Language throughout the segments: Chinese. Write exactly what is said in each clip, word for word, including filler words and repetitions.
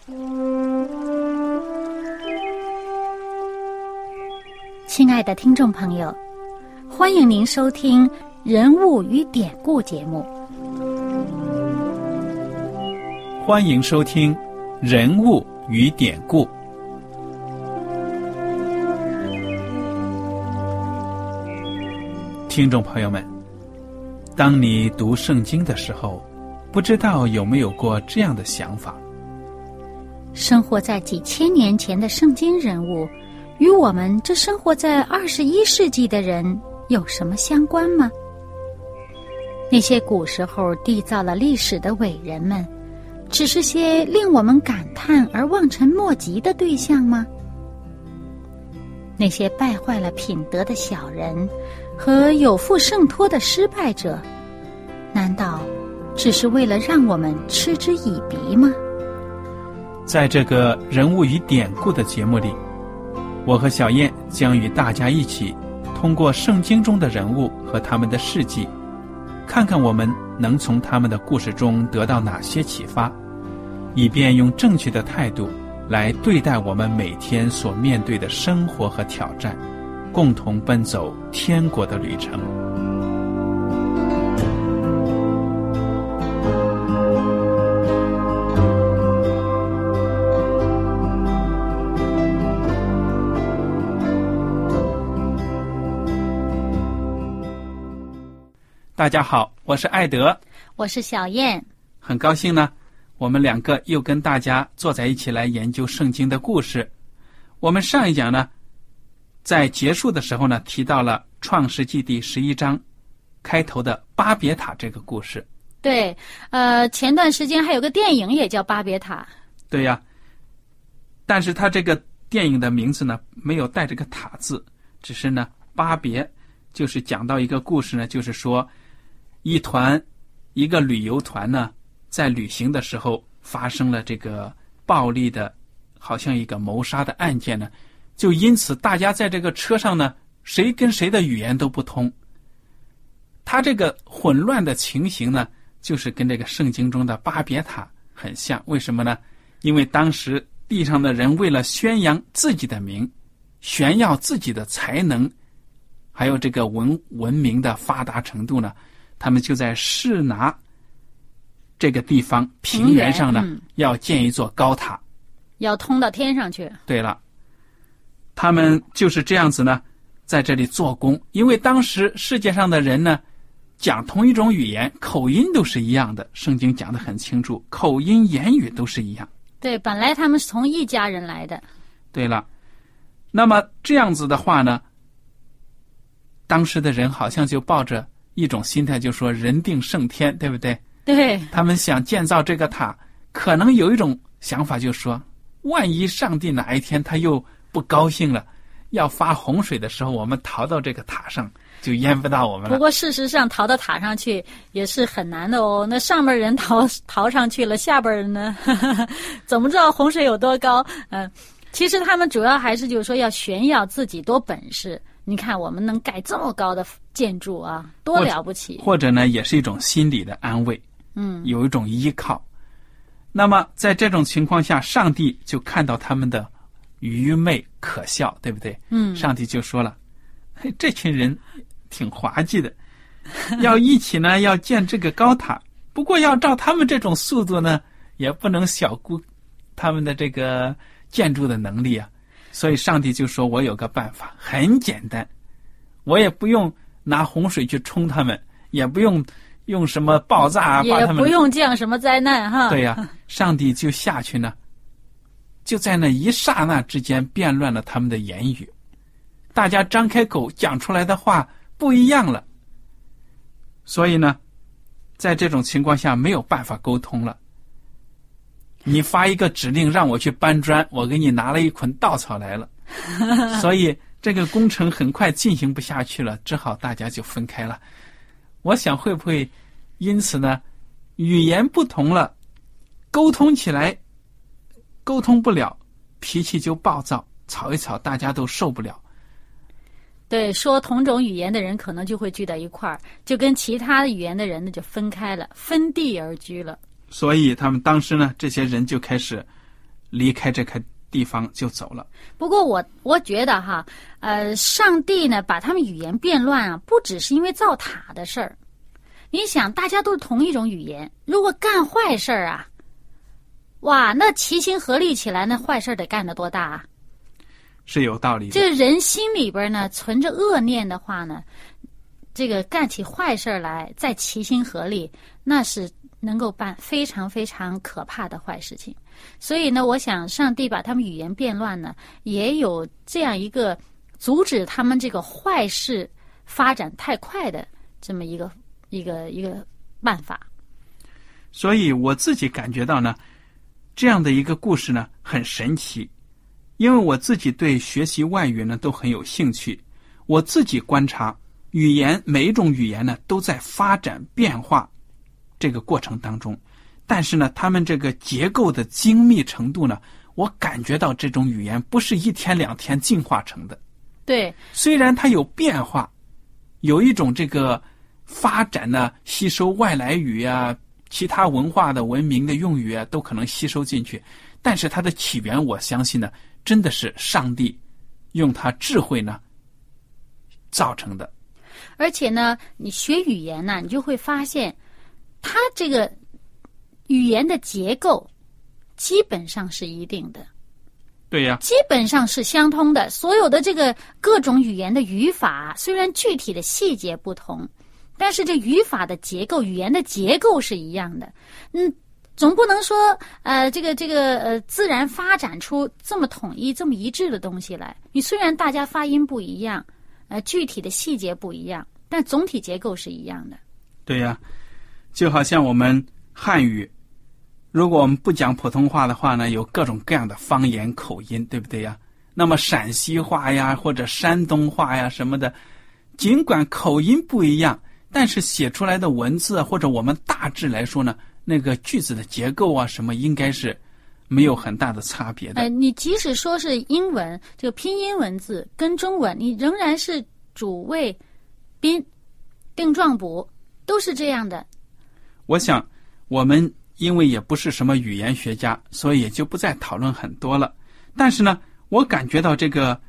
亲爱的听众朋友，欢迎您收听《人物与典故》节目。 欢迎收听《人物与典故》。听众朋友们，当你读圣经的时候，不知道有没有过这样的想法： 生活在几千年前的圣经人物，与我们这生活在二十一世纪的人有什么相关吗？那些古时候缔造了历史的伟人们，只是些令我们感叹而望尘莫及的对象吗？那些败坏了品德的小人和有负圣托的失败者，难道只是为了让我们嗤之以鼻吗？ 在这个人物与典故的节目里，我和小燕将与大家一起通过圣经中的人物和他们的事迹，看看我们能从他们的故事中得到哪些启发，以便用正确的态度来对待我们每天所面对的生活和挑战，共同奔走天国的旅程。大家好，我是艾德， 我是小燕， 很高兴呢，我们两个又跟大家坐在一起来研究圣经的故事。我们上一讲呢，在结束的时候呢，提到了创世纪第十一章开头的巴别塔这个故事。 对，呃，前段时间还有个电影也叫巴别塔。 对呀，但是它这个电影的名字呢，没有带这个塔字，只是呢，巴别就是讲到一个故事呢，就是说一团一个旅游团呢，在旅行的时候发生了这个暴力的，好像一个谋杀的案件呢，就因此大家在这个车上呢，谁跟谁的语言都不通。他这个混乱的情形呢，就是跟这个圣经中的巴别塔很像。为什么呢？因为当时地上的人为了宣扬自己的名，炫耀自己的才能，还有这个文文明的发达程度呢，他们就在示拿这个地方平原上呢，嗯、要建一座高塔， 要通到天上去。 对了，他们就是这样子呢，在这里做工。因为当时世界上的人呢，讲同一种语言，口音都是一样的，圣经讲得很清楚，口音言语都是一样。 对，本来他们是从一家人来的。 对了，那么这样子的话呢，当时的人好像就抱着一种心态，就说人定胜天，对不对？ 对， 他们想建造这个塔，可能有一种想法，就说万一上帝哪一天他又不高兴了，要发洪水的时候，我们逃到这个塔上就淹不到我们了。 不过事实上逃到塔上去也是很难的哦，那上边人逃逃上去了，下边人呢怎么知道洪水有多高？嗯、呃，其实他们主要还是就是说要炫耀自己多本事。你看我们能盖这么高的建筑啊，多了不起。 或者, 或者呢，也是一种心理的安慰， 嗯， 有一种依靠。那么在这种情况下，上帝就看到他们的愚昧可笑，对不对？ 嗯， 上帝就说了，嘿，这群人挺滑稽的，要一起呢要建这个高塔，不过要照他们这种速度呢，也不能小估他们的这个建筑的能力啊。所以上帝就说，我有个办法，很简单，我也不用拿洪水去冲他们，也不用用什么爆炸啊， 也不用降什么灾难哈。 对呀、啊，上帝就下去呢，就在那一刹那之间变乱了他们的言语，大家张开口讲出来的话不一样了。所以呢，在这种情况下没有办法沟通了。你发一个指令让我去搬砖，我给你拿了一捆稻草来了，所以这个工程很快进行不下去了，只好大家就分开了。我想会不会因此呢，语言不同了，沟通起来沟通不了，脾气就暴躁，吵一吵大家都受不了。 对，说同种语言的人可能就会聚到一块儿，就跟其他语言的人呢就分开了，分地而居了。 所以他们当时呢，这些人就开始离开这个地方就走了。 不过我我觉得哈，呃，上帝呢把他们语言变乱啊，不只是因为造塔的事儿。你想，大家都是同一种语言，如果干坏事儿啊，哇，那齐心合力起来，那坏事得干得多大啊！ 是有道理的。 这人心里边呢存着恶念的话呢，这个干起坏事来，再齐心合力，那是能够办非常非常可怕的坏事情。所以呢，我想上帝把他们语言变乱呢，也有这样一个阻止他们这个坏事发展太快的这么一个一个一个办法。 所以我自己感觉到呢，这样的一个故事呢很神奇，因为我自己对学习外语呢都很有兴趣。我自己观察语言，每一种语言呢都在发展变化这个过程当中，但是呢他们这个结构的精密程度呢，我感觉到这种语言不是一天两天进化成的。 对， 虽然它有变化，有一种这个发展呢，吸收外来语啊，其他文化的文明的用语啊，都可能吸收进去，但是它的起源，我相信呢，真的是上帝用他智慧呢造成的。 而且呢，你学语言呢，你就会发现，它这个语言的结构基本上是一定的。 对呀， 基本上是相通的。所有的这个各种语言的语法，虽然具体的细节不同，但是这语法的结构、语言的结构是一样的。嗯，总不能说呃，这个这个呃，自然发展出这么统一、这么一致的东西来。你虽然大家发音不一样，呃，具体的细节不一样，但总体结构是一样的。 对呀，就好像我们汉语，如果我们不讲普通话的话呢，有各种各样的方言口音，对不对呀？那么陕西话呀，或者山东话呀什么的，尽管口音不一样，但是写出来的文字啊，或者我们大致来说呢，那个句子的结构啊什么，应该是没有很大的差别的。 呃，你即使说是英文，这个拼音文字跟中文，你仍然是主谓宾定状补，都是这样的。 我想我们因为也不是什么语言学家，所以也就不再讨论很多了。但是呢，我感觉到这个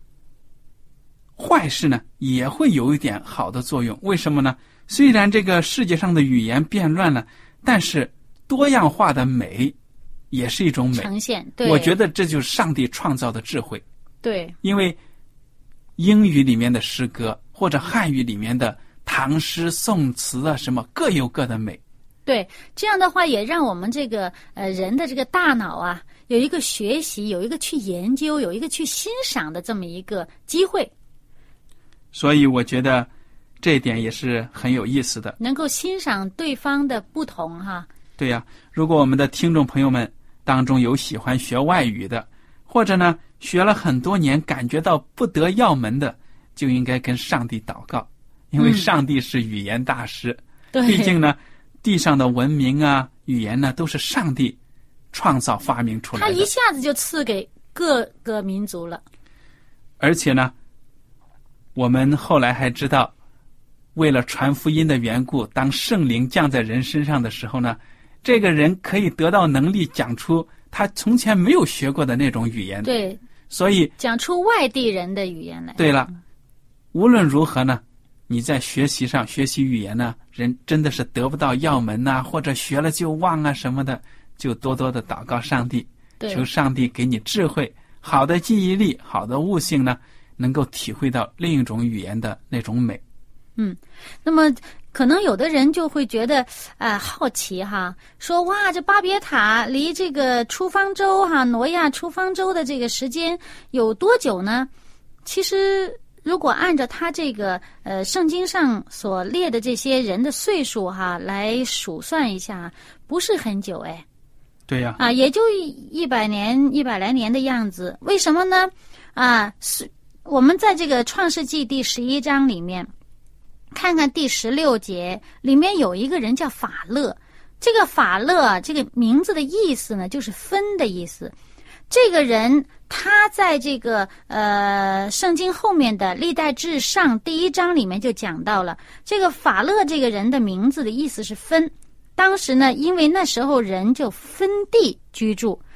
坏事呢也会有一点好的作用。为什么呢？虽然这个世界上的语言变乱了，但是多样化的美也是一种美呈现。对， 我觉得这就是上帝创造的智慧。 对， 因为英语里面的诗歌或者汉语里面的唐诗宋词啊什么，各有各的美。 对，这样的话也让我们这个呃人的这个大脑啊，有一个学习，有一个去研究，有一个去欣赏的这么一个机会。 所以我觉得这一点也是很有意思的， 能够欣赏对方的不同哈。 对呀，如果我们的听众朋友们当中有喜欢学外语的，或者呢学了很多年感觉到不得要门的，就应该跟上帝祷告，因为上帝是语言大师。 嗯、对， 毕竟呢地上的文明啊语言呢都是上帝创造发明出来的， 他一下子就赐给各个民族了。 而且呢我们后来还知道，为了传福音的缘故，当圣灵降在人身上的时候呢，这个人可以得到能力讲出他从前没有学过的那种语言。 对， 所以讲出外地人的语言来。 对了，无论如何呢，你在学习上学习语言呢，人真的是得不到要门呐、啊，或者学了就忘啊什么的，就多多的祷告上帝，求上帝给你智慧，好的记忆力，好的悟性呢，能够体会到另一种语言的那种美。 嗯，那么可能有的人就会觉得啊、呃、好奇哈，说哇，这巴别塔离这个出方舟哈挪亚出方舟的这个时间有多久呢？其实如果按照他这个呃圣经上所列的这些人的岁数哈来数算一下，不是很久哎。 对呀、 啊，也就一百年一百来年的样子。为什么呢？啊，是我们在这个创世纪第十一章里面看看第十六节，里面有一个人叫法勒。这个法勒这个名字的意思呢，就是分的意思。这个人他在这个呃圣经后面的历代志上第一章里面就讲到了，这个法勒这个人的名字的意思是分。当时呢，因为那时候人就分地居住，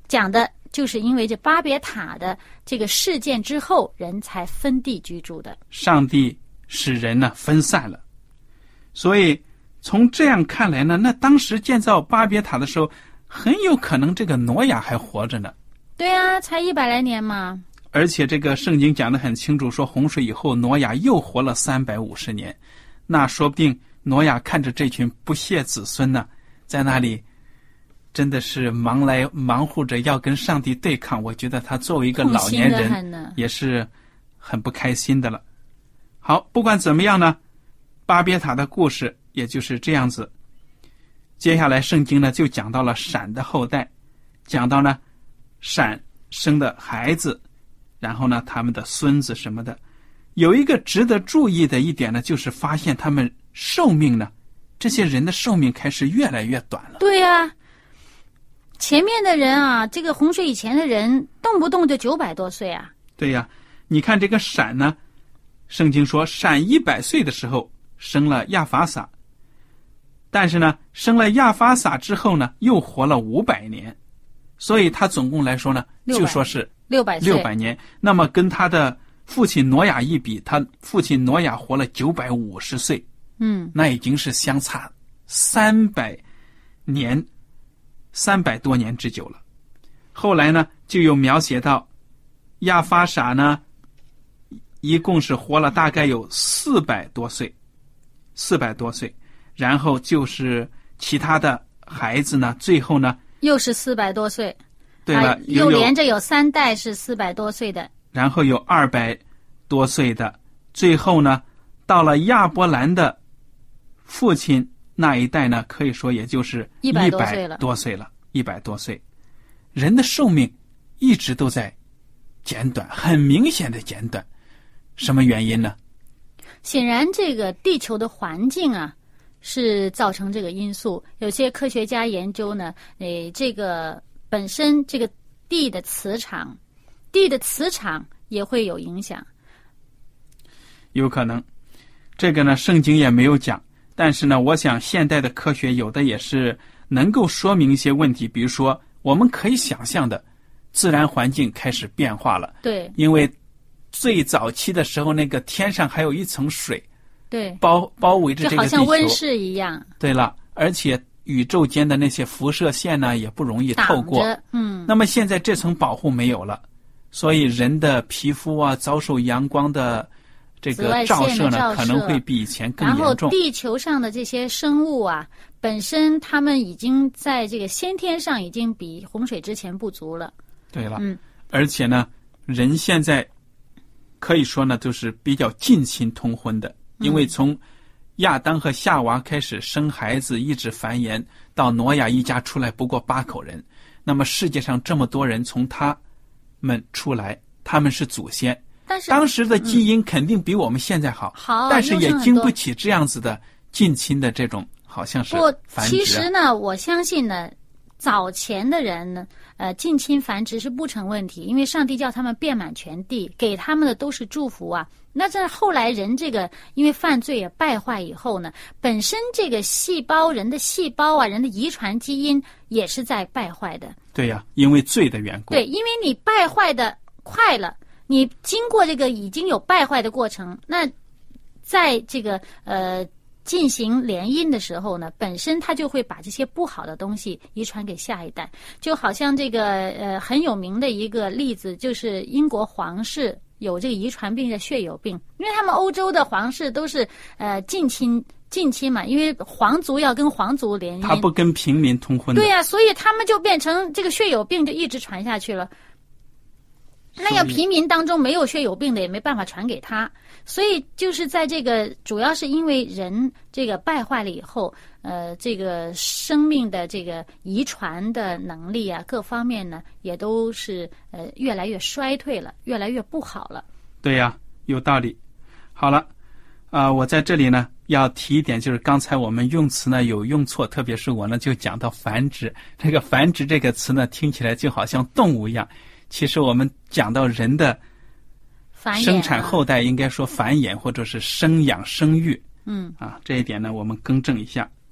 讲的就是因为这巴别塔的这个事件之后，人才分地居住的。 上帝使人呢分散了，所以从这样看来呢，那当时建造巴别塔的时候，很有可能这个挪亚还活着呢。 对啊，才一百来年嘛。 而且这个圣经讲得很清楚，说洪水以后挪亚又活了三百五十年，那说不定挪亚看着这群不孝子孙呢，在那里真的是忙来忙活着要跟上帝对抗，我觉得他作为一个老年人也是很不开心的了。好，不管怎么样呢，巴别塔的故事也就是这样子。接下来圣经呢就讲到了闪的后代，讲到呢闪生的孩子，然后呢他们的孙子什么的。有一个值得注意的一点呢，就是发现他们寿命呢，这些人的寿命开始越来越短了。 对啊，前面的人啊，这个洪水以前的人动不动就九百多岁啊。 对呀、啊，你看这个闪呢，圣经说闪一百岁的时候生了亚法撒，但是呢生了亚法撒之后呢又活了五百年，所以他总共来说呢就说是六百六百年。那么跟他的父亲挪亚一比，他父亲挪亚活了九百五十岁， 嗯， 那已经是相差三百年三百多年之久了。后来呢就有描写到亚法撒呢一共是活了大概有四百多岁四百多岁，然后就是其他的孩子呢最后呢又是四百多岁。 对了、啊、 又连着有三代是四百多岁的， 然后有二百多岁的，最后呢到了亚伯兰的父亲那一代呢，可以说也就是一百多岁了多岁了一百多岁。人的寿命一直都在减短，很明显的减短。什么原因呢？ 显然这个地球的环境啊是造成这个因素。有些科学家研究呢，诶，这个本身这个地的磁场地的磁场也会有影响。 有可能，这个呢圣经也没有讲，但是呢我想现代的科学有的也是能够说明一些问题。比如说我们可以想象的自然环境开始变化了。 对， 因为最早期的时候那个天上还有一层水， 对， 包包围着这个地球， 就好像温室一样。 对了，而且宇宙间的那些辐射线呢也不容易透过。 嗯， 那么现在这层保护没有了，所以人的皮肤啊遭受阳光的这个照射呢可能会比以前更严重。 然后地球上的这些生物啊，本身他们已经在这个先天上已经比洪水之前不足了。 对了， 嗯， 而且呢人现在可以说呢就是比较近亲通婚的，因为从亚当和夏娃开始生孩子一直繁衍，到挪亚一家出来不过八口人，那么世界上这么多人从他们出来，他们是祖先， 但是当时的基因肯定比我们现在好， 好， 但是也经不起这样子的近亲的这种好像是繁殖。 其实呢我相信呢早前的人呢呃近亲繁殖是不成问题，因为上帝叫他们遍满全地，给他们的都是祝福啊。那在后来人这个因为犯罪也败坏以后呢，本身这个细胞人的细胞啊人的遗传基因也是在败坏的。 对呀、啊，因为罪的缘故。 对，因为你败坏的快了，你经过这个已经有败坏的过程，那在这个呃进行联姻的时候呢，本身它就会把这些不好的东西遗传给下一代。就好像这个呃很有名的一个例子，就是英国皇室有这个遗传病的血友病，因为他们欧洲的皇室都是呃近亲近亲嘛，因为皇族要跟皇族联姻， 他不跟平民通婚的。 对呀、啊，所以他们就变成这个血友病就一直传下去了。那要平民当中没有血友病的也没办法传给他，所以就是在这个主要是因为人这个败坏了以后，呃，这个生命的这个遗传的能力啊，各方面呢也都是呃越来越衰退了，越来越不好了。 对呀、啊，有道理。好了，啊、呃，我在这里呢要提一点，就是刚才我们用词呢有用错，特别是我呢就讲到繁殖，这个繁殖这个词呢听起来就好像动物一样。其实我们讲到人的生产后代，应该说繁衍或者是生养生育。 嗯， 啊，这一点呢我们更正一下。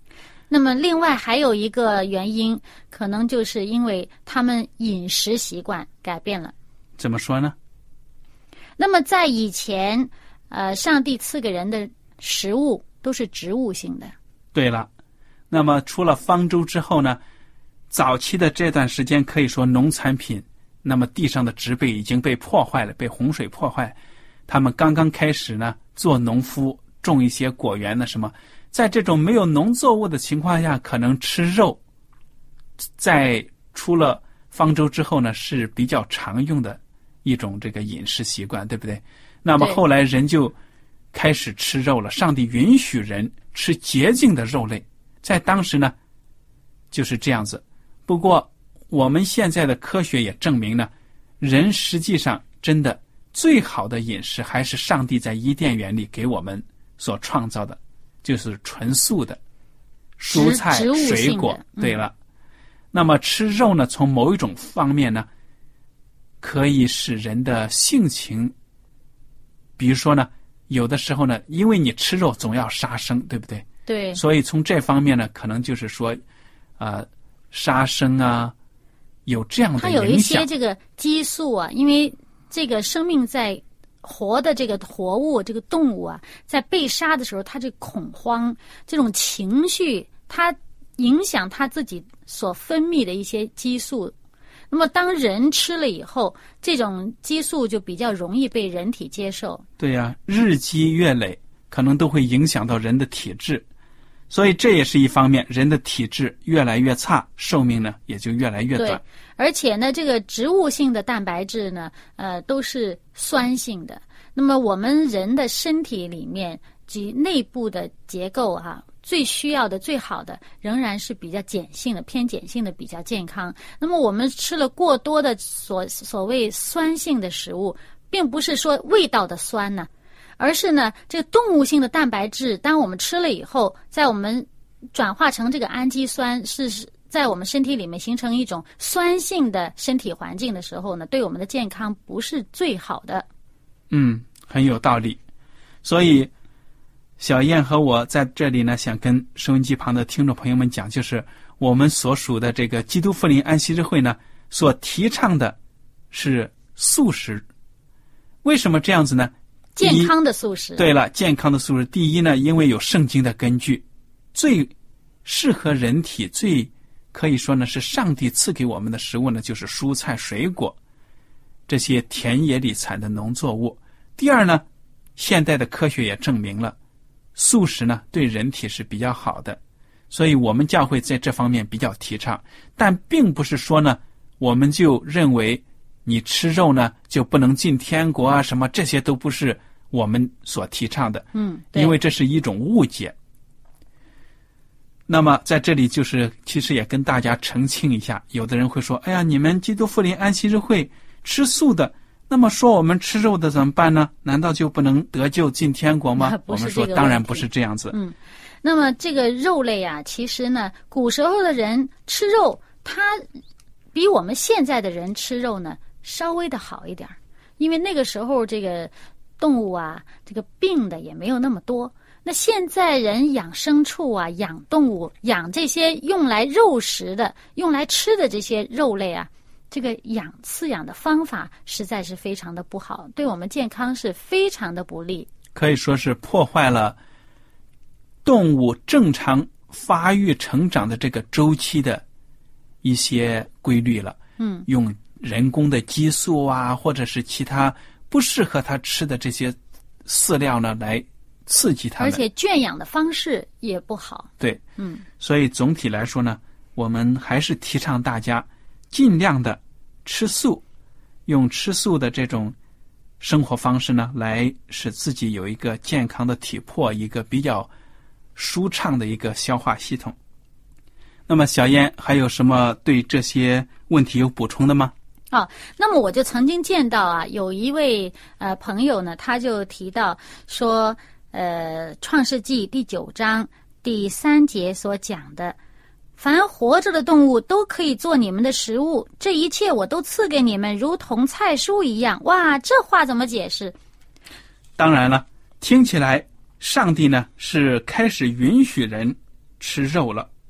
那么另外还有一个原因，可能就是因为他们饮食习惯改变了。 怎么说呢？ 那么在以前，呃，上帝赐给人的食物都是植物性的。 对了，那么出了方舟之后呢，早期的这段时间可以说农产品，那么地上的植被已经被破坏了，被洪水破坏。他们刚刚开始呢，做农夫，种一些果园呢什么。在这种没有农作物的情况下，可能吃肉，在出了方舟之后呢，是比较常用的一种这个饮食习惯，对不对？那么后来人就开始吃肉了，上帝允许人吃洁净的肉类，在当时呢就是这样子。不过我们现在的科学也证明呢，人实际上真的最好的饮食还是上帝在伊甸园里给我们所创造的，就是纯素的蔬菜水果。对了，那么吃肉呢，从某一种方面呢，可以使人的性情，比如说呢，有的时候呢，因为你吃肉总要杀生，对不对？ 对。 所以从这方面呢，可能就是说，呃，杀生啊，有这样的影响。 它有一些这个激素啊，因为这个生命在活的这个活物，这个动物啊，在被杀的时候，它这恐慌，这种情绪，它影响它自己所分泌的一些激素。那么当人吃了以后，这种激素就比较容易被人体接受。 对呀、啊，日积月累，可能都会影响到人的体质，所以这也是一方面，人的体质越来越差，寿命呢也就越来越短。 对，而且呢，这个植物性的蛋白质呢，呃，都是酸性的。那么我们人的身体里面及内部的结构哈、啊，最需要的、最好的仍然是比较碱性的、偏碱性的比较健康。那么我们吃了过多的所所谓酸性的食物，并不是说味道的酸呢，而是呢这个动物性的蛋白质，当我们吃了以后，在我们转化成这个氨基酸，是在我们身体里面形成一种酸性的身体环境的时候呢，对我们的健康不是最好的。 嗯，很有道理。所以小燕和我在这里呢，想跟收音机旁的听众朋友们讲，就是我们所属的这个基督福临安息日会呢，所提倡的是素食。为什么这样子呢？ 健康的素食。 对了，健康的素食。第一呢，因为有圣经的根据，最适合人体，最可以说呢是上帝赐给我们的食物呢，就是蔬菜水果，这些田野里产的农作物。第二呢，现代的科学也证明了素食呢对人体是比较好的，所以我们教会在这方面比较提倡。但并不是说呢，我们就认为你吃肉呢就不能进天国啊，什么这些都不是我们所提倡的。 嗯， 因为这是一种误解。那么在这里就是其实也跟大家澄清一下，有的人会说，哎呀，你们基督福临安息日会吃素的，那么说我们吃肉的怎么办呢？难道就不能得救进天国吗？我们说当然不是这样子。 嗯，那么这个肉类啊，其实呢，古时候的人吃肉，他比我们现在的人吃肉呢稍微的好一点，因为那个时候这个动物啊，这个病的也没有那么多。那现在人养牲畜啊，养动物，养这些用来肉食的、用来吃的这些肉类啊，这个养饲养的方法实在是非常的不好，对我们健康是非常的不利， 可以说是破坏了动物正常发育成长的这个周期的一些规律了。 嗯， 用人工的激素啊，或者是其他不适合它吃的这些饲料呢，来刺激它们， 而且圈养的方式也不好。 对， 嗯， 所以总体来说呢，我们还是提倡大家尽量的吃素，用吃素的这种生活方式呢，来使自己有一个健康的体魄，一个比较舒畅的一个消化系统。那么小燕还有什么对这些问题有补充的吗？ 哦，那么我就曾经见到啊，有一位呃朋友呢，他就提到说，呃，《创世纪》第九章第三节所讲的，凡活着的动物都可以做你们的食物，这一切我都赐给你们，如同菜蔬一样。哇，这话怎么解释？ 当然了，听起来上帝呢是开始允许人吃肉了，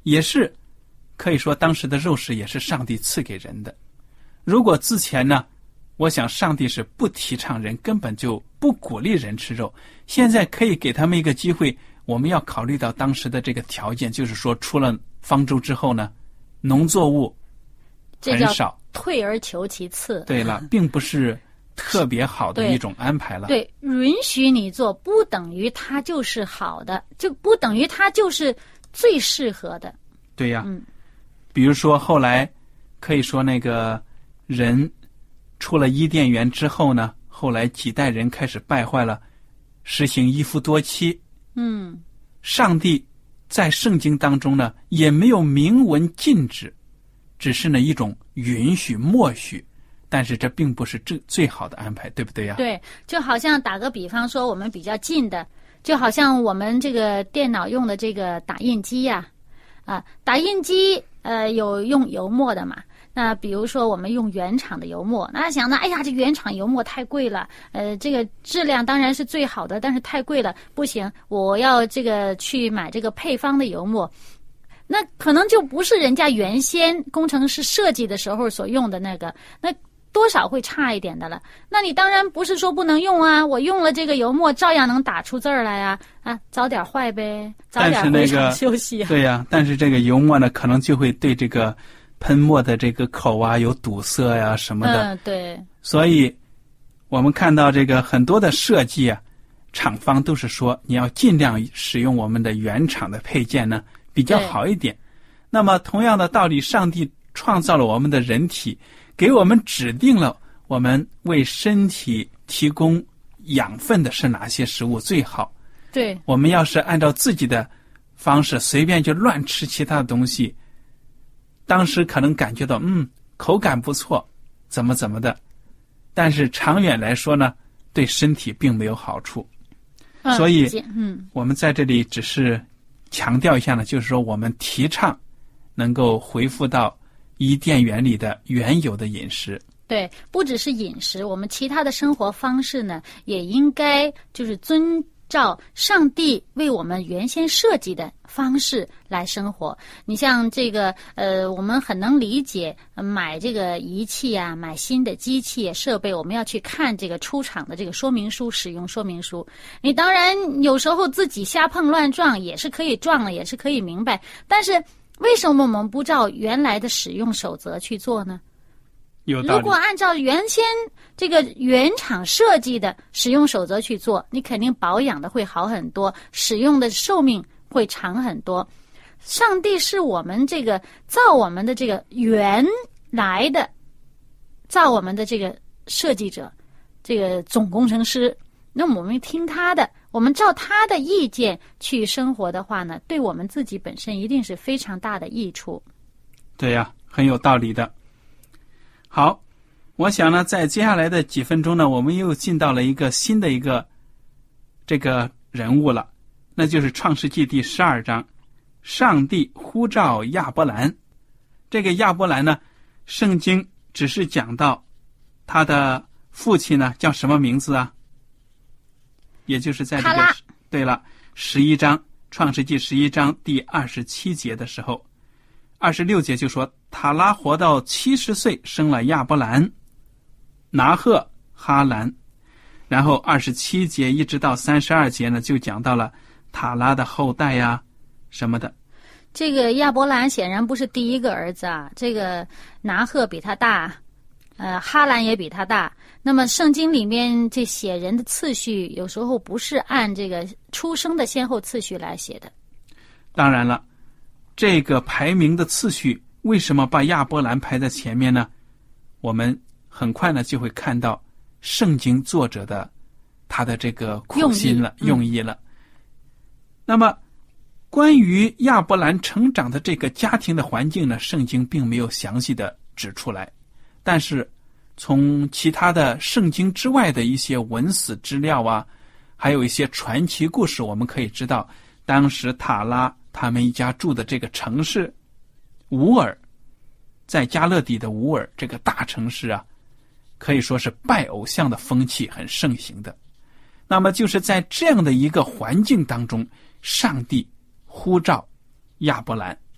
也是可以说当时的肉食也是上帝赐给人的。如果之前呢，我想上帝是不提倡人，根本就不鼓励人吃肉。现在可以给他们一个机会，我们要考虑到当时的这个条件，就是说出了方舟之后呢，农作物很少， 退而求其次。 对了，并不是特别好的一种安排了。 对，对，允许你做不等于它就是好的，就不等于它就是最适合的。 对呀， 嗯， 比如说后来可以说那个人出了伊甸园之后呢，后来几代人开始败坏了，实行一夫多妻。 嗯， 上帝在圣经当中呢也没有明文禁止，只是呢一种允许默许，但是这并不是最最好的安排，对不对呀？ 对，就好像打个比方说，我们比较近的，就好像我们这个电脑用的这个打印机呀、啊，啊，打印机呃有用油墨的嘛。那比如说我们用原厂的油墨，那想呢，哎呀，这原厂油墨太贵了，呃，这个质量当然是最好的，但是太贵了，不行，我要这个去买这个配方的油墨，那可能就不是人家原先工程师设计的时候所用的那个，那多少会差一点的了。那你当然不是说不能用啊，我用了这个油墨照样能打出字儿来啊，啊，早点坏呗，早点回厂休息、啊。 对呀、啊，但是这个油墨呢，可能就会对这个喷墨的这个口啊有堵塞呀、啊、什么的。 嗯，对。 所以我们看到这个很多的设计啊，厂方都是说你要尽量使用我们的原厂的配件呢，比较好一点。那么同样的道理，上帝创造了我们的人体，给我们指定了我们为身体提供养分的是哪些食物最好。 对， 我们要是按照自己的方式随便就乱吃其他的东西，当时可能感觉到嗯口感不错，怎么怎么的，但是长远来说呢，对身体并没有好处。 嗯、 所以嗯， 我们在这里只是强调一下呢，就是说我们提倡能够恢复到伊甸园里的原有的饮食。 对，不只是饮食，我们其他的生活方式呢，也应该就是遵照上帝为我们原先设计的方式来生活。你像这个呃，我们很能理解，买这个仪器啊，买新的机器设备，我们要去看这个出厂的这个说明书、使用说明书。你当然有时候自己瞎碰乱撞也是可以撞了，也是可以明白，但是为什么我们不照原来的使用守则去做呢？ 有道理。 如果按照原先这个原厂设计的使用守则去做，你肯定保养的会好很多，使用的寿命会长很多。上帝是我们这个造我们的这个原来的造我们的这个设计者，这个总工程师，那么我们听他的，我们照他的意见去生活的话呢，对我们自己本身一定是非常大的益处。 对呀、啊，很有道理的。好，我想呢，在接下来的几分钟呢，我们又进到了一个新的一个这个人物了，那就是创世纪第十二章，上帝呼召亚伯兰。这个亚伯兰呢，圣经只是讲到他的父亲呢叫什么名字啊？也就是在这个对了十一章，创世纪十一章第二十七节的时候，二十六节就说塔拉活到七十岁，生了亚伯兰、拿赫、哈兰。然后二十七节一直到三十二节呢，就讲到了塔拉的后代呀什么的。 这个亚伯兰显然不是第一个儿子啊，这个拿赫比他大，呃，哈兰也比他大。那么圣经里面这写人的次序，有时候不是按这个出生的先后次序来写的。 当然了，这个排名的次序为什么把亚伯兰排在前面呢？我们很快呢就会看到圣经作者的他的这个苦心了，用意了。嗯、那么关于亚伯兰成长的这个家庭的环境呢，圣经并没有详细的指出来，但是从其他的圣经之外的一些文史资料啊，还有一些传奇故事，我们可以知道当时塔拉他们一家住的这个城市乌尔，在加勒底的乌尔这个大城市啊，可以说是拜偶像的风气很盛行的。那么就是在这样的一个环境当中，上帝呼召亚伯兰，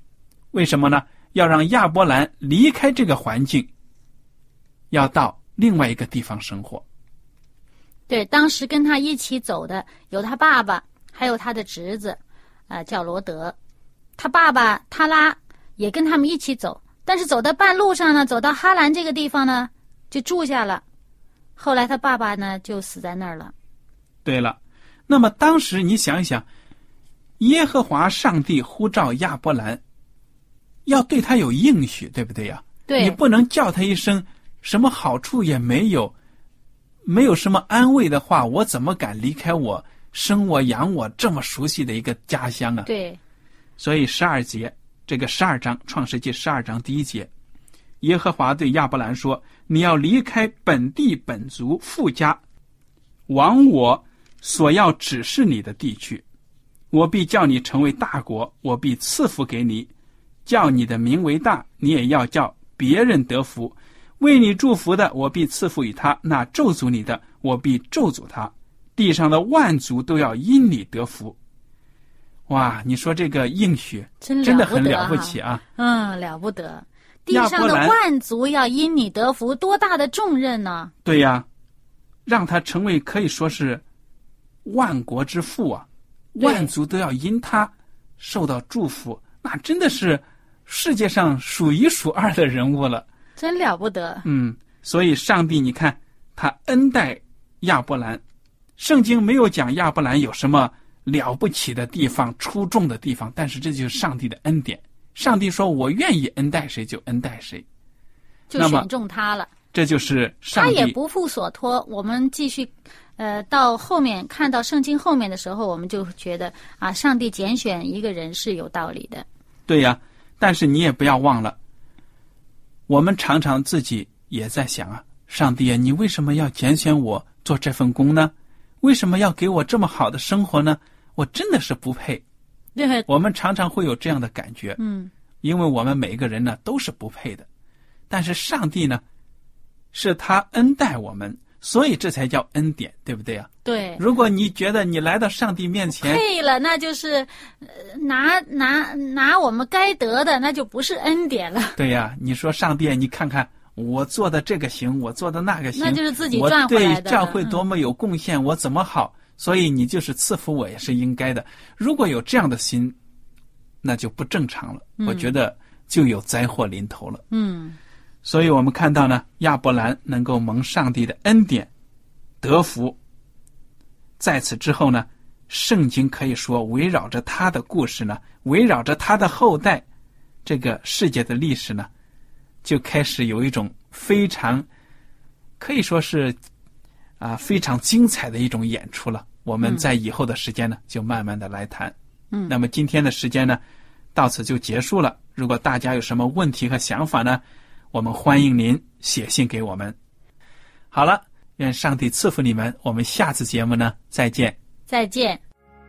为什么呢？要让亚伯兰离开这个环境，要到另外一个地方生活。 对，当时跟他一起走的有他爸爸，还有他的侄子，呃，叫罗德。他爸爸他拉也跟他们一起走，但是走到半路上呢，走到哈兰这个地方呢，就住下了。后来他爸爸呢，就死在那儿了。 对了，那么当时你想一想，耶和华上帝呼召亚伯兰，要对他有应许，对不对呀？ 对， 你不能叫他一声什么好处也没有，没有什么安慰的话，我怎么敢离开我生我养我这么熟悉的一个家乡啊？ 对， 所以十二节，这个十二章创世纪十二章第一节，耶和华对亚伯兰说，你要离开本地本族父家，往我所要指示你的地去，我必叫你成为大国，我必赐福给你，叫你的名为大，你也要叫别人得福。为你祝福的，我必赐福于他；那咒诅你的，我必咒诅他。地上的万族都要因你得福。哇，你说这个应许真, 真的很了不起啊！ 嗯，了不得。地上的万族要因你得福，多大的重任呢？ 对呀，让他成为可以说是万国之父啊，万族都要因他受到祝福，那真的是世界上数一数二的人物了， 真了不得。 嗯，所以上帝你看他恩待亚伯兰，圣经没有讲亚伯兰有什么了不起的地方，出众的地方，但是这就是上帝的恩典。上帝说我愿意恩待谁就恩待谁， 就选中他了。 这就是上帝， 他也不负所托。我们继续呃，到后面看到圣经后面的时候，我们就觉得啊，上帝拣选一个人是有道理的。 对呀，但是你也不要忘了，我们常常自己也在想啊，上帝啊，你为什么要拣选我做这份工呢？为什么要给我这么好的生活呢？我真的是不配。 对， 我们常常会有这样的感觉， 嗯， 因为我们每个人呢都是不配的，但是上帝呢，是他恩待我们，所以这才叫恩典，对不对啊？ 对。 如果你觉得你来到上帝面前配了，那就是、呃、拿拿拿我们该得的，那就不是恩典了。 对呀、啊，你说上帝，你看看我做的这个行，我做的那个行， 那就是自己赚回来的。 我对教会多么有贡献、嗯，我怎么好，所以你就是赐福我也是应该的。如果有这样的心，那就不正常了、嗯、我觉得就有灾祸临头了。 嗯， 所以我们看到呢，亚伯兰能够蒙上帝的恩典得福，在此之后呢，圣经可以说围绕着他的故事呢，围绕着他的后代，这个世界的历史呢，就开始有一种非常可以说是啊非常精彩的一种演出了。我们在以后的时间呢、嗯、就慢慢的来谈。 嗯， 那么今天的时间呢到此就结束了。如果大家有什么问题和想法呢，我们欢迎您写信给我们。好了，愿上帝赐福你们，我们下次节目呢再见。 再见。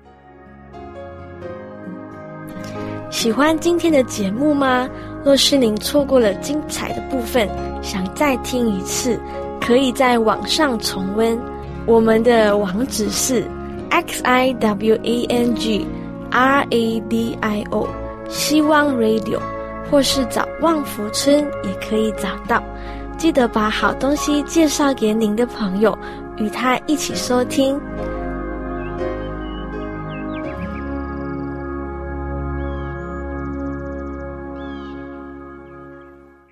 喜欢今天的节目吗？若是您错过了精彩的部分，想再听一次，可以在网上重温。我们的网址是 x i w a n g r a d i o 希望 radio， 或是找旺福村也可以找到。记得把好东西介绍给您的朋友，与他一起收听。